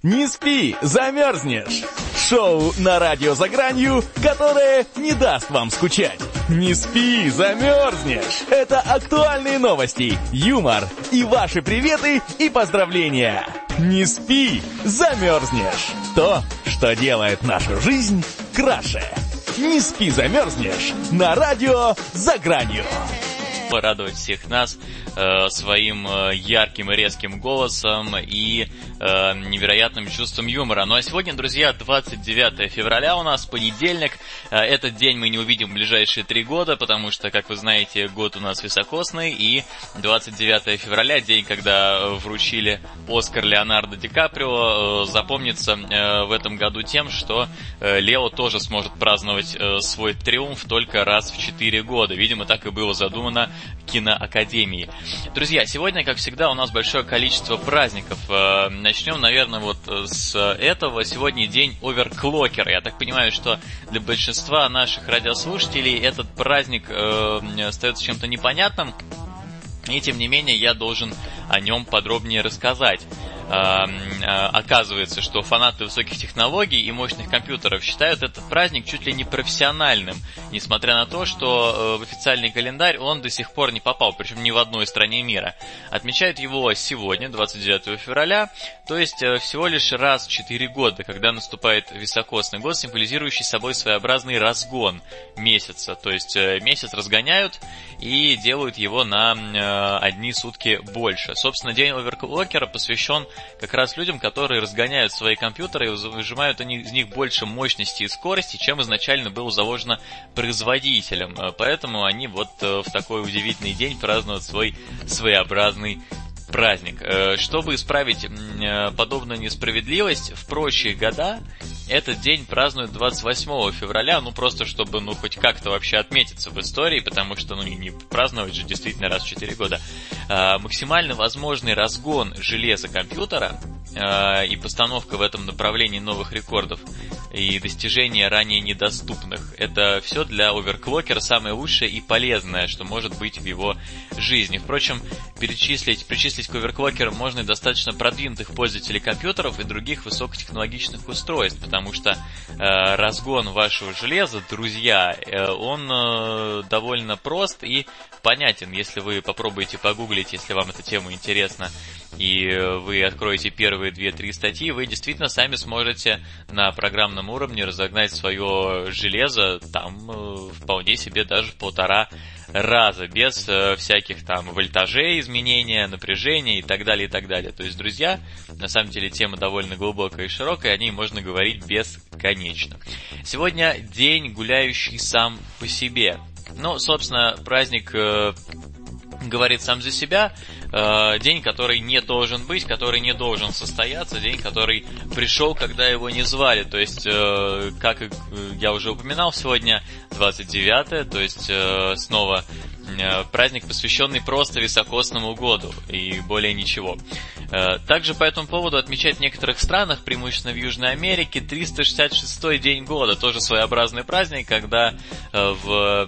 Не спи, замерзнешь. Шоу на радио «За гранью», которое не даст вам скучать. Не спи, замерзнешь. Это актуальные новости, юмор и ваши приветы и поздравления. Не спи, замерзнешь. То, что делает нашу жизнь краше. Не спи, замерзнешь. На радио «За гранью». Порадовать всех нас своим ярким и резким голосом и невероятным чувством юмора. Ну а сегодня, друзья, 29 февраля у нас, понедельник. Этот день мы не увидим в ближайшие 3 года, потому что, как вы знаете, год у нас високосный, и 29 февраля, день, когда вручили Оскар Леонардо Ди Каприо, запомнится в этом году тем, что Лео тоже сможет праздновать свой триумф только раз в 4 года. Видимо, так и было задумано киноакадемией. Друзья, сегодня, как всегда, у нас большое количество праздников. Начнем, наверное, вот с этого. Сегодня день оверклокера. Я так понимаю, что для большинства наших радиослушателей этот праздник остается чем-то непонятным. И, тем не менее, я должен о нем подробнее рассказать. Оказывается, что фанаты высоких технологий и мощных компьютеров считают этот праздник чуть ли не профессиональным, несмотря на то, что в официальный календарь он до сих пор не попал, причем ни в одной стране мира. Отмечают его сегодня, 29 февраля, то есть всего лишь раз в 4 года, когда наступает високосный год, символизирующий собой своеобразный разгон месяца. То есть месяц разгоняют и делают его на одни сутки больше. Собственно, день оверклокера посвящен как раз людям, которые разгоняют свои компьютеры и выжимают из них больше мощности и скорости, чем изначально было заложено производителем. Поэтому они вот в такой удивительный день празднуют свой своеобразный праздник. Чтобы исправить подобную несправедливость, в прочие года этот день празднуют 28 февраля, просто чтобы, хоть как-то вообще отметиться в истории, потому что, не праздновать же действительно раз в 4 года. Максимально возможный разгон железа компьютера и постановка в этом направлении новых рекордов и достижения ранее недоступных. Это все для оверклокера самое лучшее и полезное, что может быть в его жизни. Впрочем, причислить к оверклокерам можно и достаточно продвинутых пользователей компьютеров и других высокотехнологичных устройств, потому что разгон вашего железа, друзья, он довольно прост и понятен. Если вы попробуете погуглить, если вам эта тема интересна, и вы откроете первые 2-3 статьи, вы действительно сами сможете на программном уровне разогнать свое железо там вполне себе даже в 1,5 раза, без всяких там вольтажей, изменения, напряжения и так далее, и так далее. То есть, друзья, на самом деле тема довольно глубокая и широкая, о ней можно говорить бесконечно. Сегодня день, гуляющий сам по себе. Собственно, праздник говорит сам за себя. День, который не должен быть, который не должен состояться, день, который пришел, когда его не звали. То есть, как я уже упоминал, сегодня 29-е, то есть снова праздник, посвященный просто високосному году и более ничего. Также по этому поводу отмечают в некоторых странах, преимущественно в Южной Америке, 366-й день года. Тоже своеобразный праздник, когда в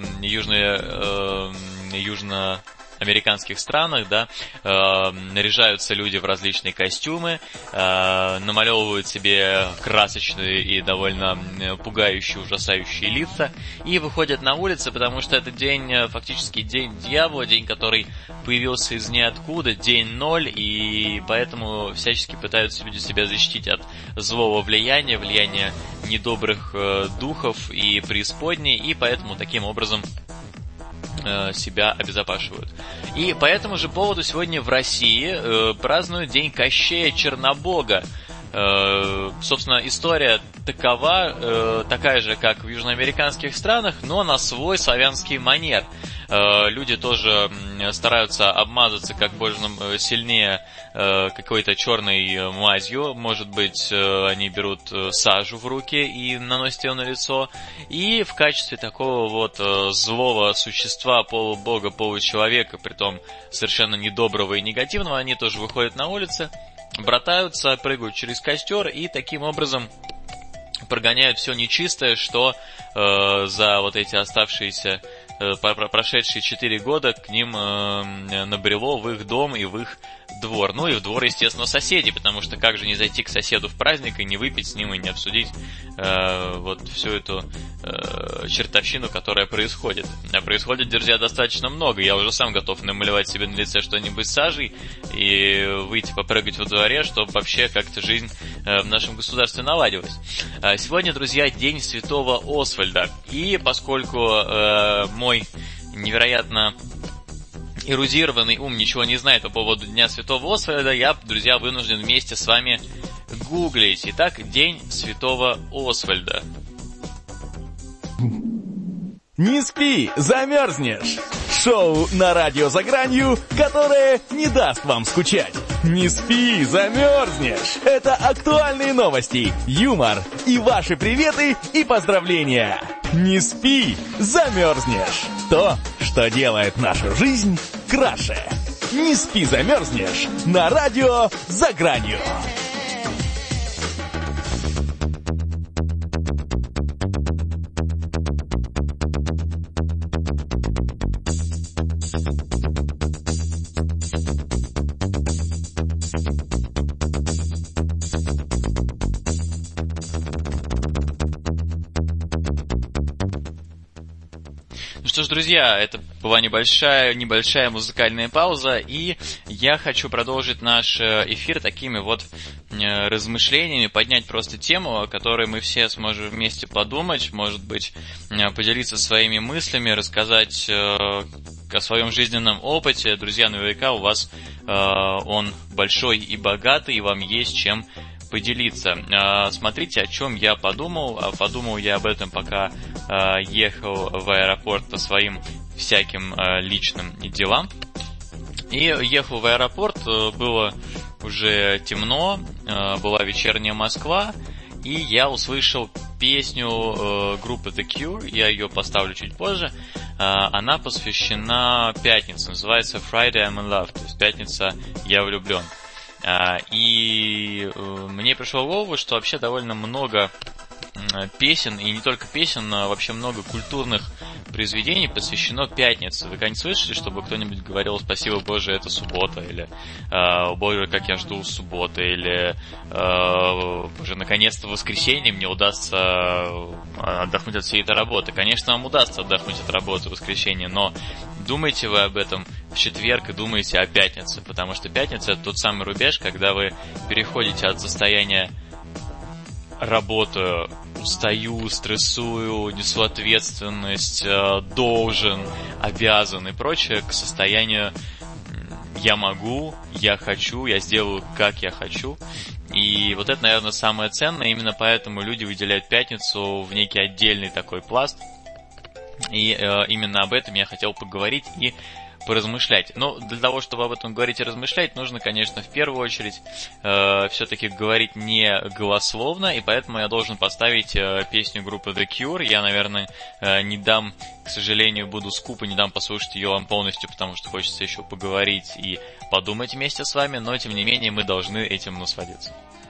южноамериканских странах, наряжаются люди в различные костюмы, намалевывают себе красочные и довольно пугающие, ужасающие лица и выходят на улицы, потому что этот день фактически день дьявола, день, который появился из ниоткуда, день 0, и поэтому всячески пытаются люди себя защитить от злого влияния недобрых духов и преисподней, и поэтому таким образом себя обезопашивают. И по этому же поводу сегодня в России празднуют День Кощея Чернобога. Собственно, история такая же, как в южноамериканских странах, но на свой славянский манер. Люди тоже стараются обмазаться как можно сильнее какой-то черной мазью. Может быть, они берут сажу в руки и наносят ее на лицо. И в качестве такого злого существа, полубога, получеловека, притом совершенно недоброго и негативного, они тоже выходят на улицы, братаются, прыгают через костер и таким образом прогоняют все нечистое, что за эти оставшиеся прошедшие 4 года к ним набрело в их дом и в их двор. Ну и в двор, естественно, соседей, потому что как же не зайти к соседу в праздник и не выпить с ним, и не обсудить вот всю эту чертовщину, которая происходит. А происходит, друзья, достаточно много. Я уже сам готов намалевать себе на лице что-нибудь сажей и выйти попрыгать во дворе, чтобы вообще как-то жизнь в нашем государстве наладилась. Сегодня, друзья, День Святого Освальда. И поскольку мой невероятно эрудированный ум ничего не знает по поводу Дня Святого Освальда, я, друзья, вынужден вместе с вами гуглить. Итак, День Святого Освальда. Не спи, замерзнешь! Шоу на радио «За гранью», которое не даст вам скучать. Не спи, замерзнешь! Это актуальные новости, юмор и ваши приветы и поздравления. Не спи, замерзнешь! То, что делает нашу жизнь краше. Не спи, замерзнешь! На радио «За гранью». Что ж, друзья, это была небольшая музыкальная пауза, и я хочу продолжить наш эфир такими вот размышлениями, поднять просто тему, о которой мы все сможем вместе подумать, может быть, поделиться своими мыслями, рассказать о своем жизненном опыте. Друзья, наверняка у вас он большой и богатый, и вам есть чем поделиться. Смотрите, о чем я подумал. Подумал я об этом, пока ехал в аэропорт по своим всяким личным делам. И ехал в аэропорт, было уже темно, была вечерняя Москва, и я услышал песню группы The Cure, я ее поставлю чуть позже. Она посвящена пятнице, называется Friday I'm in Love, то есть пятница я влюблен. И мне пришло в голову, что вообще довольно много песен, и не только песен, но вообще много культурных произведений посвящено пятнице. Вы когда-нибудь слышали, чтобы кто-нибудь говорил «Спасибо, Боже, это суббота», или «Боже, как я жду субботы», или «Боже, наконец-то в воскресенье мне удастся отдохнуть от всей этой работы». Конечно, вам удастся отдохнуть от работы в воскресенье, но думаете вы об этом в четверг и думаете о пятнице, потому что пятница — это тот самый рубеж, когда вы переходите от состояния «работаю», устаю, стрессую, несу ответственность, должен, обязан и прочее, к состоянию «я могу», «я хочу», «я сделаю, как я хочу». И вот это, наверное, самое ценное. Именно поэтому люди выделяют пятницу в некий отдельный такой пласт. И именно об этом я хотел поговорить и поразмышлять. Но для того, чтобы об этом говорить и размышлять, нужно, конечно, в первую очередь все-таки говорить не голословно, и поэтому я должен поставить песню группы The Cure. Я, наверное, не дам, к сожалению, буду скуп и не дам послушать ее вам полностью, потому что хочется еще поговорить и подумать вместе с вами, но, тем не менее, мы должны этим насладиться.